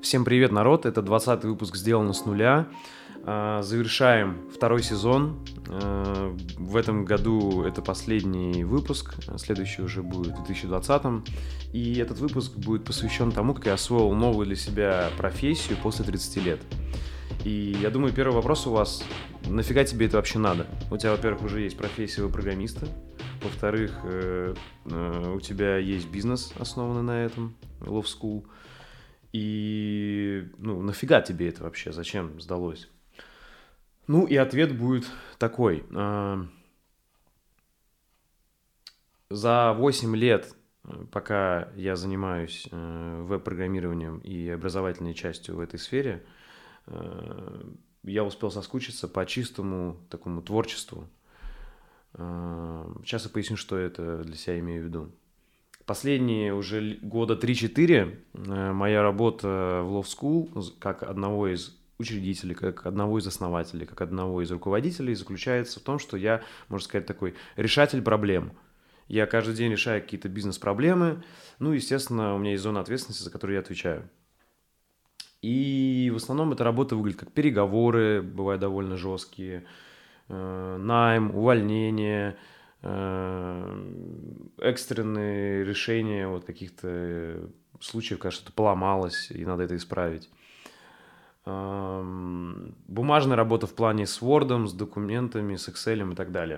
Всем привет, народ! Это 20-й выпуск «Сделано с нуля». Завершаем второй сезон. В этом году это последний выпуск, следующий уже будет в 2020-м. И этот выпуск будет посвящен тому, как я освоил новую для себя профессию после 30 лет. И я думаю, первый вопрос у вас: нафига тебе это вообще надо? У тебя, во-первых, уже есть профессия программиста. Во-вторых, у тебя есть бизнес, основанный на этом, Love School. И, нафига тебе это вообще? Зачем сдалось? И ответ будет такой. За 8 лет, пока я занимаюсь веб-программированием и образовательной частью в этой сфере, я успел соскучиться по чистому такому творчеству. Сейчас я поясню, что это для себя имею в виду. Последние уже года 3-4 моя работа в Love School как одного из учредителей, как одного из основателей, как одного из руководителей заключается в том, что я, можно сказать, такой решатель проблем. Я каждый день решаю какие-то бизнес-проблемы, естественно, у меня есть зона ответственности, за которую я отвечаю. И в основном эта работа выглядит как переговоры, бывают довольно жесткие, найм, увольнение, экстренные решения вот каких-то случаев, когда что-то поломалось, и надо это исправить. Бумажная работа в плане с Word, с документами, с Excel и так далее.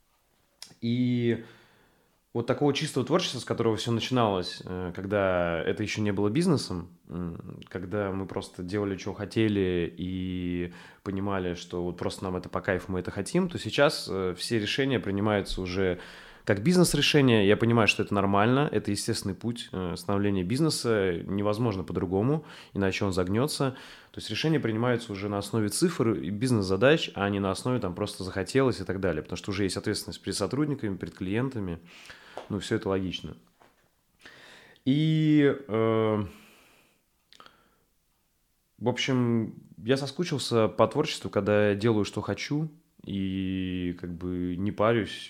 И вот такого чистого творчества, с которого все начиналось, когда это еще не было бизнесом, когда мы просто делали, что хотели, и понимали, что вот просто нам это по кайфу, мы это хотим, то сейчас все решения принимаются уже как бизнес-решения. Я понимаю, что это нормально, это естественный путь становления бизнеса, невозможно по-другому, иначе он загнется. То есть решения принимаются уже на основе цифр и бизнес-задач, а не на основе там просто захотелось и так далее, потому что уже есть ответственность перед сотрудниками, перед клиентами. Все это логично. И, в общем, я соскучился по творчеству, когда я делаю, что хочу, и как бы не парюсь,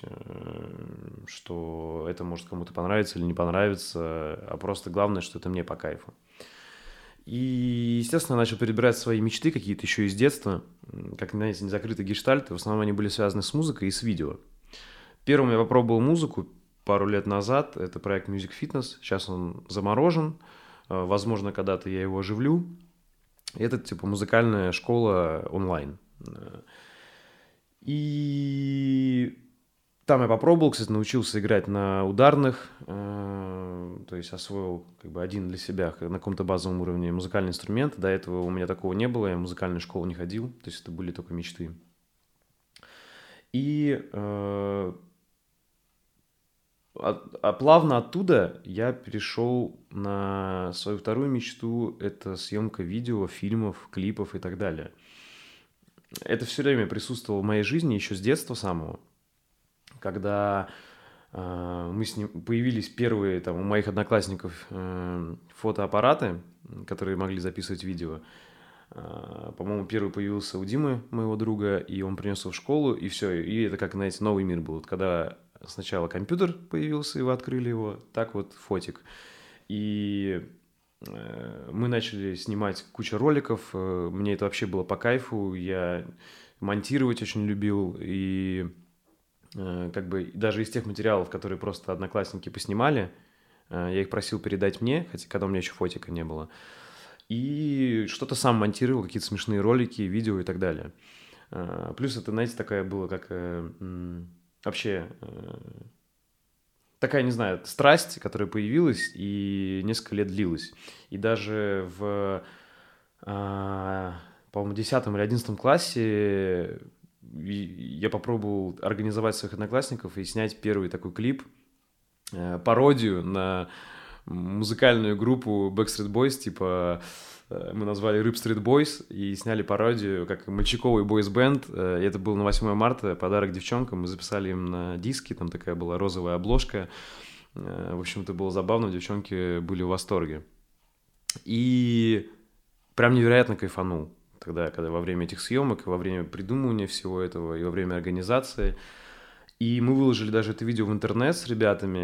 что это может кому-то понравиться или не понравиться, а просто главное, что это мне по кайфу. И, естественно, я начал перебирать свои мечты какие-то еще из детства, как, знаете, незакрытые гештальты. В основном они были связаны с музыкой и с видео. Первым я попробовал музыку пару лет назад. Это проект Music Fitness. Сейчас он заморожен. Возможно, когда-то я его оживлю. Это типа музыкальная школа онлайн. И там я попробовал, кстати, научился играть на ударных. То есть освоил как бы один для себя на каком-то базовом уровне музыкальный инструмент. До этого у меня такого не было. Я в музыкальную школу не ходил. То есть это были только мечты. И плавно оттуда я перешел на свою вторую мечту. Это съемка видео, фильмов, клипов и так далее. Это все время присутствовало в моей жизни еще с детства самого. Когда мы с ним появились первые там, у моих одноклассников фотоаппараты, которые могли записывать видео. По-моему, первый появился у Димы, моего друга, и он принес его в школу, и все. И это как, знаете, новый мир был. Когда сначала компьютер появился, и вы открыли его, так вот фотик. И мы начали снимать кучу роликов. Мне это вообще было по кайфу. Я монтировать очень любил. И как бы даже из тех материалов, которые просто одноклассники поснимали, я их просил передать мне, хотя когда у меня еще фотика не было. И что-то сам монтировал, какие-то смешные ролики, видео и так далее. Плюс это, знаете, такая была как вообще такая, не знаю, страсть, которая появилась и несколько лет длилась. И даже в, по-моему, 10 или 11 классе я попробовал организовать своих одноклассников и снять первый такой клип, пародию на музыкальную группу Backstreet Boys, типа мы назвали Rip Street Boys, и сняли пародию как мальчиковый бойс-бенд. Это было на 8 марта, подарок девчонкам, мы записали им на диски, там такая была розовая обложка. В общем, это было забавно, девчонки были в восторге. И прям невероятно кайфанул тогда, когда во время этих съемок, во время придумывания всего этого и во время организации. И мы выложили даже это видео в интернет с ребятами.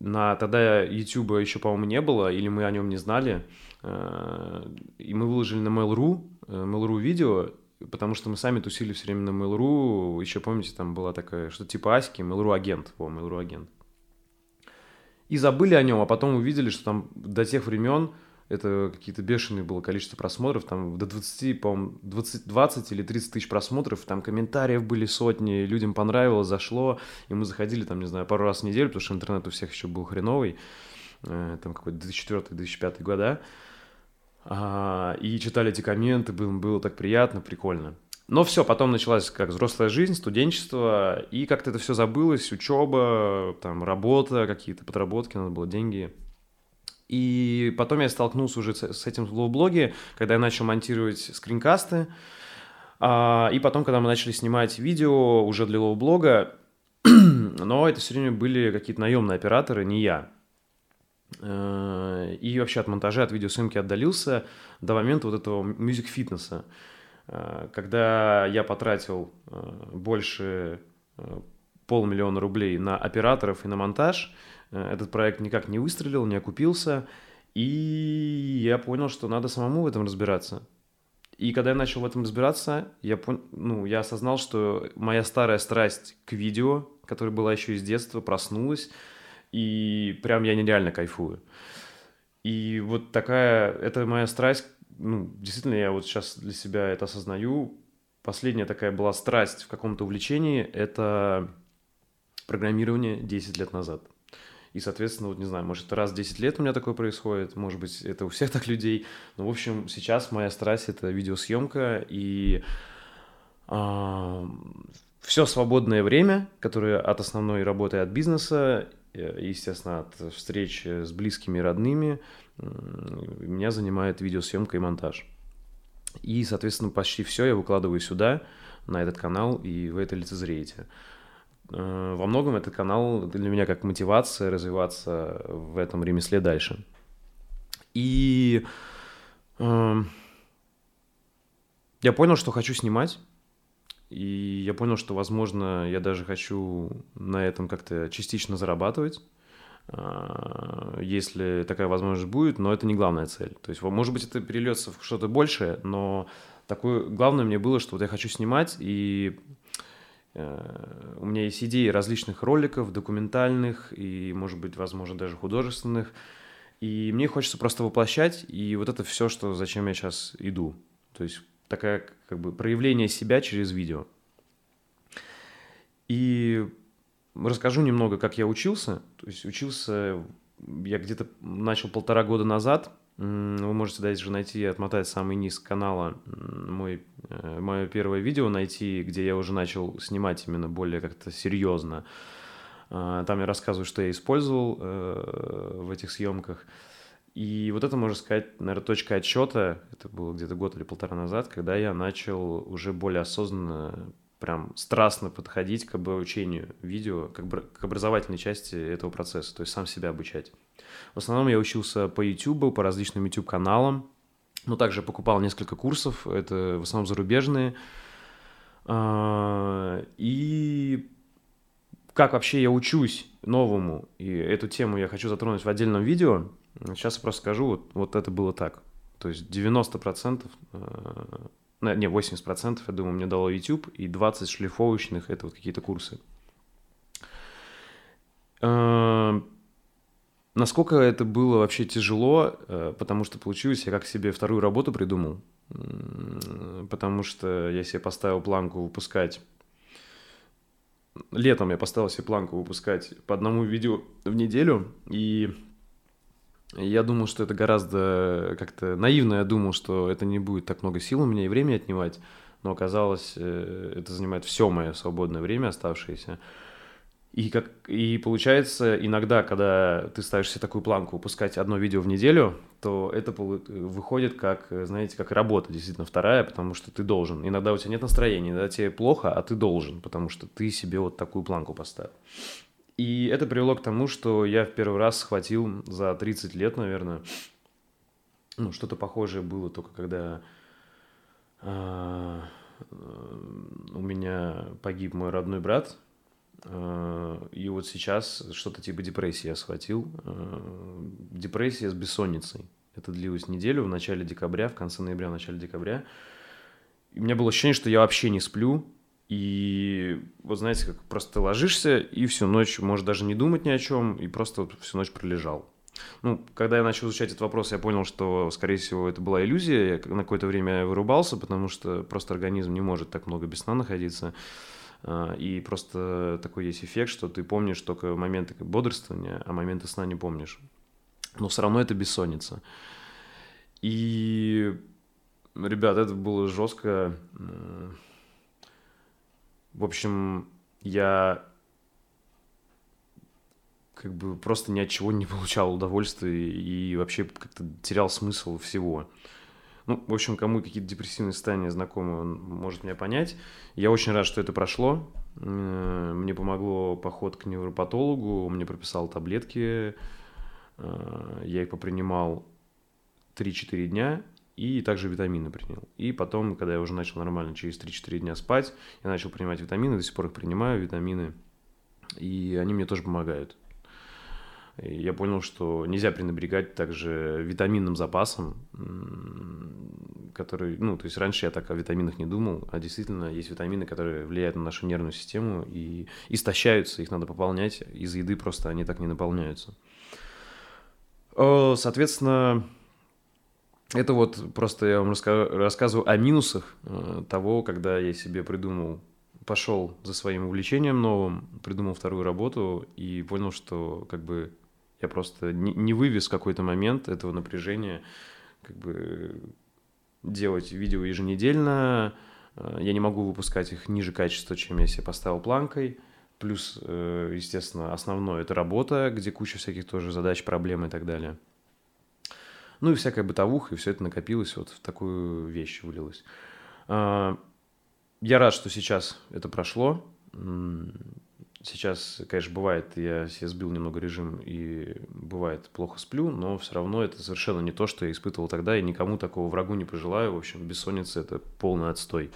Тогда YouTube еще, по-моему, не было, или мы о нем не знали. И мы выложили на Mail.ru видео, потому что мы сами тусили все время на Mail.ru. Еще, помните, там была такая, что типа Аськи, Mail.ru агент. Mail.ru агент. И забыли о нем, а потом увидели, что там до тех времен это какие-то бешеные было количество просмотров, там до 20, по-моему, 20 или 30 тысяч просмотров, там комментариев были сотни, людям понравилось, зашло, и мы заходили там, не знаю, пару раз в неделю, потому что интернет у всех еще был хреновый, там какой-то 2004-2005 года, и читали эти комменты, было так приятно, прикольно. Но все, потом началась как взрослая жизнь, студенчество, и как-то это все забылось, учеба, там, работа, какие-то подработки, надо было деньги. И потом я столкнулся уже с этим в лоу-блоге, когда я начал монтировать скринкасты, и потом, когда мы начали снимать видео уже для лоу-блога, но это все время были какие-то наемные операторы, не я. И вообще от монтажа, от видеосъемки отдалился до момента вот этого мьюзик-фитнеса. Когда я потратил больше 500 000 рублей на операторов и на монтаж, этот проект никак не выстрелил, не окупился, и я понял, что надо самому в этом разбираться. И когда я начал в этом разбираться, я осознал, что моя старая страсть к видео, которая была еще из детства, проснулась, и прям я нереально кайфую. И вот такая, это моя страсть. Действительно, я вот сейчас для себя это осознаю. Последняя такая была страсть в каком-то увлечении – это программирование 10 лет назад. И, соответственно, вот не знаю, может, это раз в 10 лет у меня такое происходит, может быть, это у всех так людей. Но, в общем, сейчас моя страсть – это видеосъемка, и все свободное время, которое от основной работы, от бизнеса, естественно, от встреч с близкими и родными, меня занимает видеосъемка и монтаж. И, соответственно, почти все я выкладываю сюда, на этот канал, и вы это лицезреете. Во многом этот канал для меня как мотивация развиваться в этом ремесле дальше. И я понял, что хочу снимать. И я понял, что, возможно, я даже хочу на этом как-то частично зарабатывать, если такая возможность будет, но это не главная цель. То есть, может быть, это перельется в что-то большее, но такое главное мне было, что вот я хочу снимать, и у меня есть идеи различных роликов, документальных и, может быть, возможно, даже художественных, и мне хочется просто воплощать, и вот это все, зачем я сейчас иду. То есть такая как бы проявление себя через видео. И расскажу немного, как я учился. То есть учился я где-то начал 1,5 года назад. Вы можете даже найти, отмотать самый низ канала, мое первое видео найти, где я уже начал снимать именно более как-то серьезно. Там я рассказываю, что я использовал в этих съемках. И вот это, можно сказать, наверное, точка отсчета, это было где-то год или 1,5 назад, когда я начал уже более осознанно, прям страстно подходить к обучению видео, к образовательной части этого процесса, то есть сам себя обучать. В основном я учился по YouTube, по различным YouTube-каналам, но также покупал несколько курсов, это в основном зарубежные. И как вообще я учусь новому, и эту тему я хочу затронуть в отдельном видео. Сейчас я просто скажу, вот это было так. То есть 90%, 80%, я думаю, мне дало YouTube, и 20 шлифовочных – это вот какие-то курсы. Насколько это было вообще тяжело, потому что получилось, я как себе вторую работу придумал, потому что я себе поставил планку выпускать. Летом я поставил себе планку выпускать по одному видео в неделю, и я думал, что это гораздо как-то наивно, я думал, что это не будет так много сил у меня и времени отнимать, но оказалось, это занимает все мое свободное время оставшееся. И получается, иногда, когда ты ставишь себе такую планку выпускать одно видео в неделю, то это выходит как, знаете, как работа, действительно, вторая, потому что ты должен. Иногда у тебя нет настроения, иногда тебе плохо, а ты должен, потому что ты себе вот такую планку поставил. И это привело к тому, что я в первый раз схватил за 30 лет, наверное, что-то похожее было только когда у меня погиб мой родной брат. И вот сейчас что-то типа депрессии я схватил. Депрессия с бессонницей. Это длилось неделю в начале декабря, в конце ноября, в начале декабря. И у меня было ощущение, что я вообще не сплю. И вот знаете, как просто ты ложишься и всю ночь можешь даже не думать ни о чем, и просто вот всю ночь пролежал. Ну, когда я начал изучать этот вопрос, я понял, что, скорее всего, это была иллюзия. Я на какое-то время вырубался, потому что просто организм не может так много без сна находиться. И просто такой есть эффект, что ты помнишь только моменты бодрствования, а моменты сна не помнишь. Но все равно это бессонница. И, ребят, это было жестко. В общем, я как бы просто ни от чего не получал удовольствия и вообще как-то терял смысл всего. Ну, в общем, кому какие-то депрессивные состояния знакомы, он может меня понять. Я очень рад, что это прошло. Мне помогло поход к невропатологу, он мне прописал таблетки, я их попринимал 3-4 дня и также витамины принял. И потом, когда я уже начал нормально через 3-4 дня спать, я начал принимать витамины, до сих пор их принимаю, витамины, и они мне тоже помогают. И я понял, что нельзя пренебрегать также витаминным запасом, который, ну, то есть раньше я так о витаминах не думал, а действительно есть витамины, которые влияют на нашу нервную систему и истощаются, их надо пополнять, из еды просто они так не наполняются. Соответственно, это вот просто я вам рассказываю о минусах того, когда я себе придумал, пошел за своим увлечением новым, придумал вторую работу и понял, что как бы я просто не вывез в какой-то момент этого напряжения, как бы делать видео еженедельно, я не могу выпускать их ниже качества, чем я себе поставил планкой, плюс, естественно, основное – это работа, где куча всяких тоже задач, проблем и так далее. Ну и всякая бытовуха, и все это накопилось, вот в такую вещь вылилось. Я рад, что сейчас это прошло. Сейчас, конечно, бывает, я себе сбил немного режим и бывает плохо сплю, но все равно это совершенно не то, что я испытывал тогда, и никому такого врагу не пожелаю. В общем, бессонница – это полный отстой.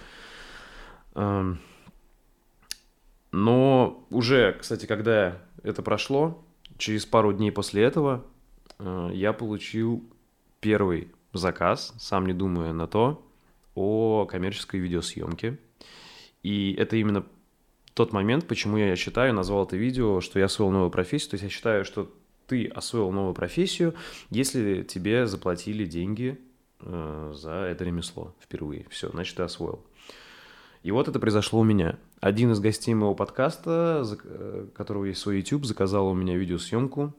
Но уже, кстати, когда это прошло, через пару дней после этого я получил первый заказ, сам не думая на то, о коммерческой видеосъемке. И это именно тот момент, почему я считаю, назвал это видео, что я освоил новую профессию. То есть я считаю, что ты освоил новую профессию, если тебе заплатили деньги за это ремесло впервые. Все, значит, ты освоил. И вот это произошло у меня. Один из гостей моего подкаста, которого есть свой YouTube, заказал у меня видеосъемку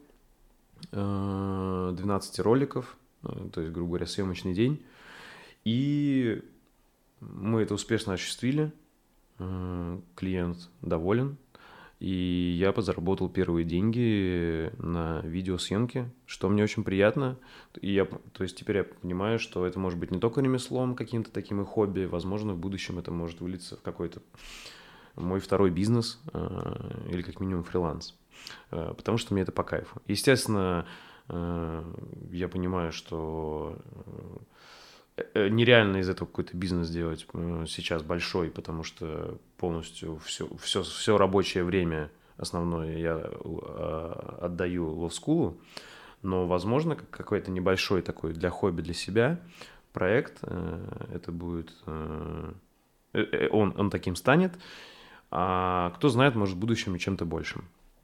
12 роликов, то есть, грубо говоря, съемочный день. И мы это успешно осуществили. Клиент доволен. И я подзаработал первые деньги на видеосъемке, что мне очень приятно. И то есть теперь я понимаю, что это может быть не только ремеслом каким-то таким и хобби. Возможно, в будущем это может вылиться в какой-то мой второй бизнес или как минимум фриланс. Потому что мне это по кайфу. Естественно, я понимаю, что нереально из этого какой-то бизнес делать сейчас большой, потому что полностью все рабочее время основное я отдаю ловскулу, но, возможно, какой-то небольшой такой для хобби, для себя проект, это будет, он таким станет, а кто знает, может, в будущем и чем-то большим.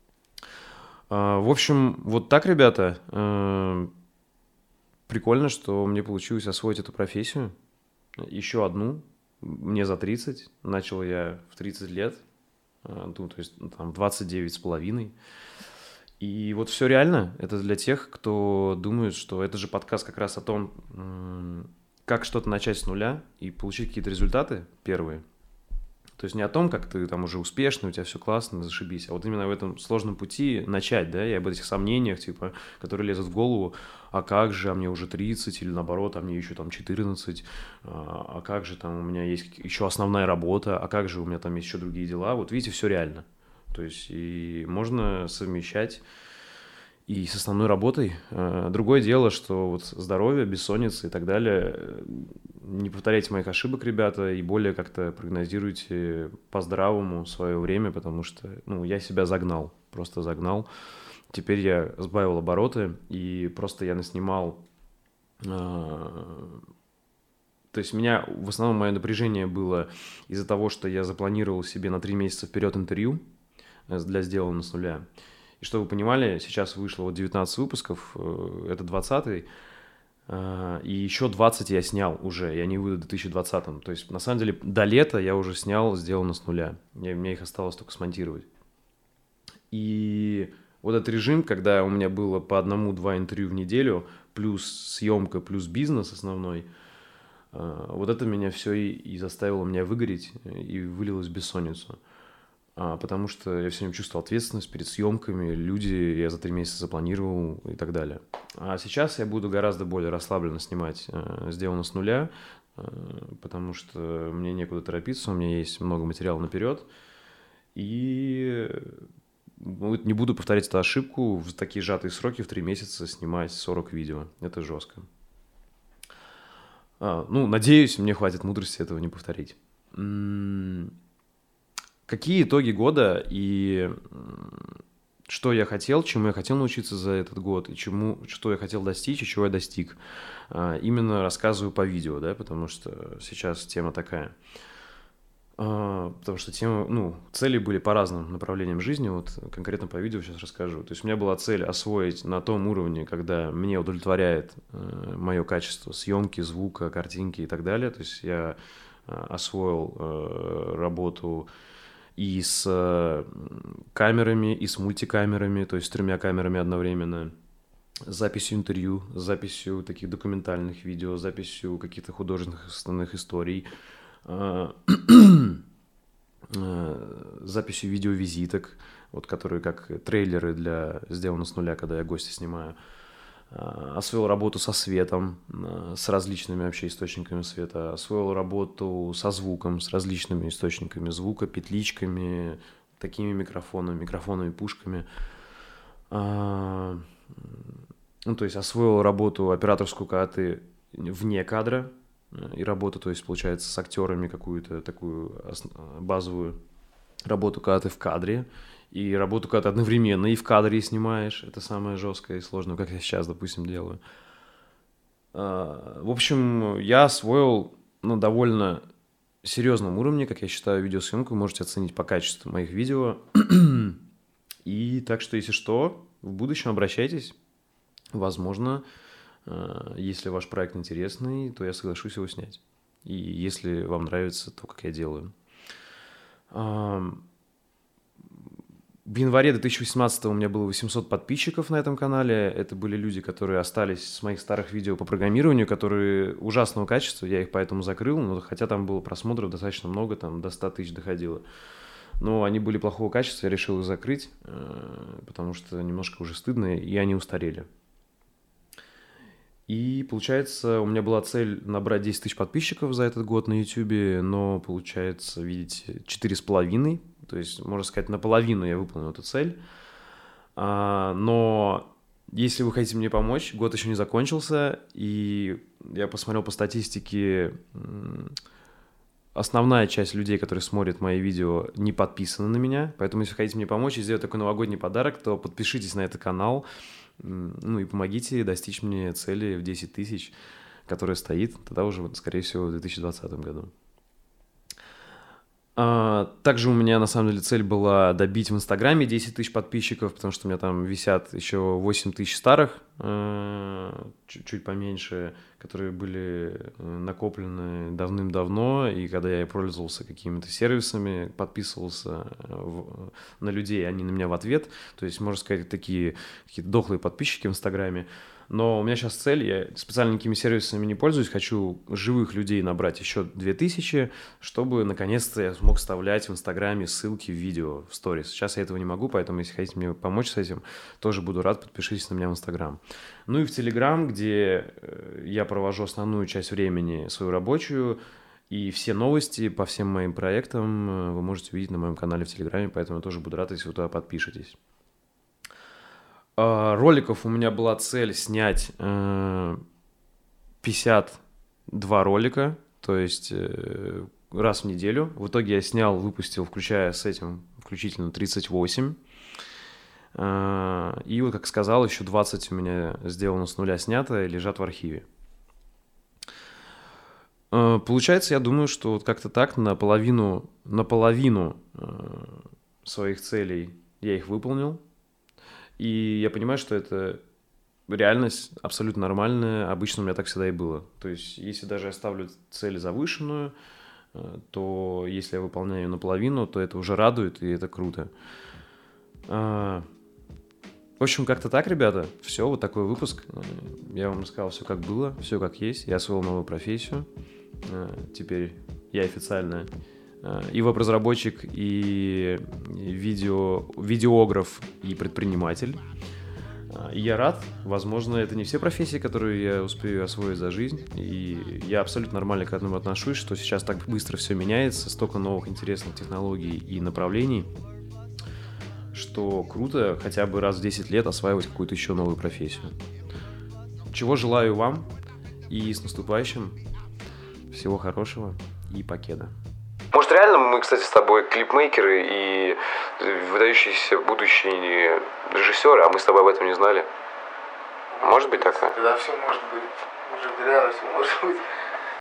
В общем, вот так, ребята. Прикольно, что мне получилось освоить эту профессию. Еще одну. Мне за 30. Начал я в 30 лет. Ну, то есть там 29 с половиной. И вот все реально. Это для тех, кто думает, что это же подкаст как раз о том, как что-то начать с нуля и получить какие-то результаты первые. То есть не о том, как ты там уже успешный, у тебя все классно, зашибись, а вот именно в этом сложном пути начать, да, и об этих сомнениях, типа, которые лезут в голову, а как же, а мне уже 30, или наоборот, а мне еще там 14, а как же там у меня есть еще основная работа, а как же у меня там есть еще другие дела, вот видите, все реально. То есть и можно совмещать и с основной работой. Другое дело, что вот здоровье, бессонница и так далее, не повторяйте моих ошибок, ребята, и более как-то прогнозируйте по-здравому свое время, потому что, ну, я себя загнал, просто загнал. Теперь я сбавил обороты, и просто я наснимал... То есть у меня в основном мое напряжение было из-за того, что я запланировал себе на 3 месяца вперед интервью для «Сделано с нуля». И чтобы вы понимали, сейчас вышло вот 19 выпусков, это 20-й, и еще 20 я снял уже, и они выйдут в 2020. То есть, на самом деле, до лета я уже снял «Сделано с нуля». Мне их осталось только смонтировать. И вот этот режим, когда у меня было по 1-2 интервью в неделю, плюс съемка, плюс бизнес основной, вот это меня все и заставило меня выгореть, и вылилось в бессонницу. Потому что я все время чувствовал ответственность перед съемками, люди я за 3 месяца запланировал и так далее. А сейчас я буду гораздо более расслабленно снимать «Сделано с нуля», потому что мне некуда торопиться, у меня есть много материала наперед, и не буду повторять эту ошибку в такие сжатые сроки в 3 месяца снимать 40 видео. Это жестко. Ну, надеюсь, мне хватит мудрости этого не повторить. Какие итоги года и что я хотел, чему я хотел научиться за этот год, и что я хотел достичь, и чего я достиг. Именно рассказываю по видео, да, потому что сейчас тема такая. Потому что цели были по разным направлениям жизни, вот конкретно по видео сейчас расскажу. То есть у меня была цель освоить на том уровне, когда мне удовлетворяет мое качество съемки, звука, картинки и так далее. То есть я освоил работу и с камерами, и с мультикамерами, то есть с 3 камерами одновременно, с записью интервью, с записью таких документальных видео, с записью каких-то художественных основных историй, записью видеовизиток, вот, которые как трейлеры для «Сделано с нуля», когда я гостя снимаю. Освоил работу со светом, с различными вообще источниками света, освоил работу со звуком, с различными источниками звука, петличками, такими микрофонами, пушками. Ну, то есть освоил работу операторскую, когда ты вне кадра, и работу, то есть, получается, с актерами какую-то такую базовую работу, когда ты в кадре, и работу, когда ты одновременно и в кадре снимаешь. Это самое жесткое и сложное, как я сейчас, допустим, делаю. В общем, я освоил на довольно серьезном уровне, как я считаю, видеосъемку. Вы можете оценить по качеству моих видео. И так что, если что, в будущем обращайтесь. Возможно, если ваш проект интересный, то я соглашусь его снять. И если вам нравится то, как я делаю. В январе 2018 у меня было 800 подписчиков на этом канале. Это были люди, которые остались с моих старых видео по программированию, которые ужасного качества, я их поэтому закрыл, но хотя там было просмотров достаточно много, там до 100 тысяч доходило. Но они были плохого качества, я решил их закрыть, потому что немножко уже стыдно, и они устарели. И, получается, у меня была цель набрать 10 тысяч подписчиков за этот год на YouTube, но, получается, видите, 4,5. То есть, можно сказать, наполовину я выполнил эту цель. Но если вы хотите мне помочь, год еще не закончился, и я посмотрел по статистике, основная часть людей, которые смотрят мои видео, не подписаны на меня. Поэтому, если вы хотите мне помочь и сделать такой новогодний подарок, то подпишитесь на этот канал. Ну и помогите достичь мне цели в 10 тысяч, которая стоит, тогда уже, скорее всего, в 2020 году. Также у меня, на самом деле, цель была добить в Инстаграме 10 тысяч подписчиков, потому что у меня там висят еще 8 тысяч старых, чуть поменьше, которые были накоплены давным-давно, и когда я пользовался какими-то сервисами, подписывался на людей, они на меня в ответ, то есть, можно сказать, такие какие-то дохлые подписчики в Инстаграме. Но у меня сейчас цель, я специально никакими сервисами не пользуюсь, хочу живых людей набрать еще 2000, чтобы наконец-то я смог вставлять в Инстаграме ссылки в видео, в сторис. Сейчас я этого не могу, поэтому если хотите мне помочь с этим, тоже буду рад, подпишитесь на меня в Инстаграм. Ну и в Телеграм, где я провожу основную часть времени свою рабочую, и все новости по всем моим проектам вы можете увидеть на моем канале в Телеграме, поэтому я тоже буду рад, если вы туда подпишетесь. Роликов у меня была цель снять 52 ролика, то есть раз в неделю. В итоге я снял, выпустил, включая с этим, включительно 38. И вот, как сказал, еще 20 у меня сделано с нуля снято и лежат в архиве. Получается, я думаю, что вот как-то так наполовину своих целей я их выполнил. И я понимаю, что это реальность абсолютно нормальная. Обычно у меня так всегда и было. То есть, если даже я ставлю цель завышенную, то если я выполняю ее наполовину, то это уже радует, и это круто. В общем, как-то так, ребята. Все, вот такой выпуск. Я вам рассказал все, как было, все, как есть. Я освоил новую профессию. Теперь я официально и веб-разработчик, и видеограф, и предприниматель. И я рад. Возможно, это не все профессии, которые я успею освоить за жизнь. И я абсолютно нормально к этому отношусь, что сейчас так быстро все меняется, столько новых интересных технологий и направлений, что круто хотя бы раз в 10 лет осваивать какую-то еще новую профессию. Чего желаю вам и с наступающим. Всего хорошего и покеда. Может, реально мы, кстати, с тобой клипмейкеры и выдающиеся будущие режиссеры, а мы с тобой об этом не знали? Может быть такое? Да, все может быть. Уже реально все может быть.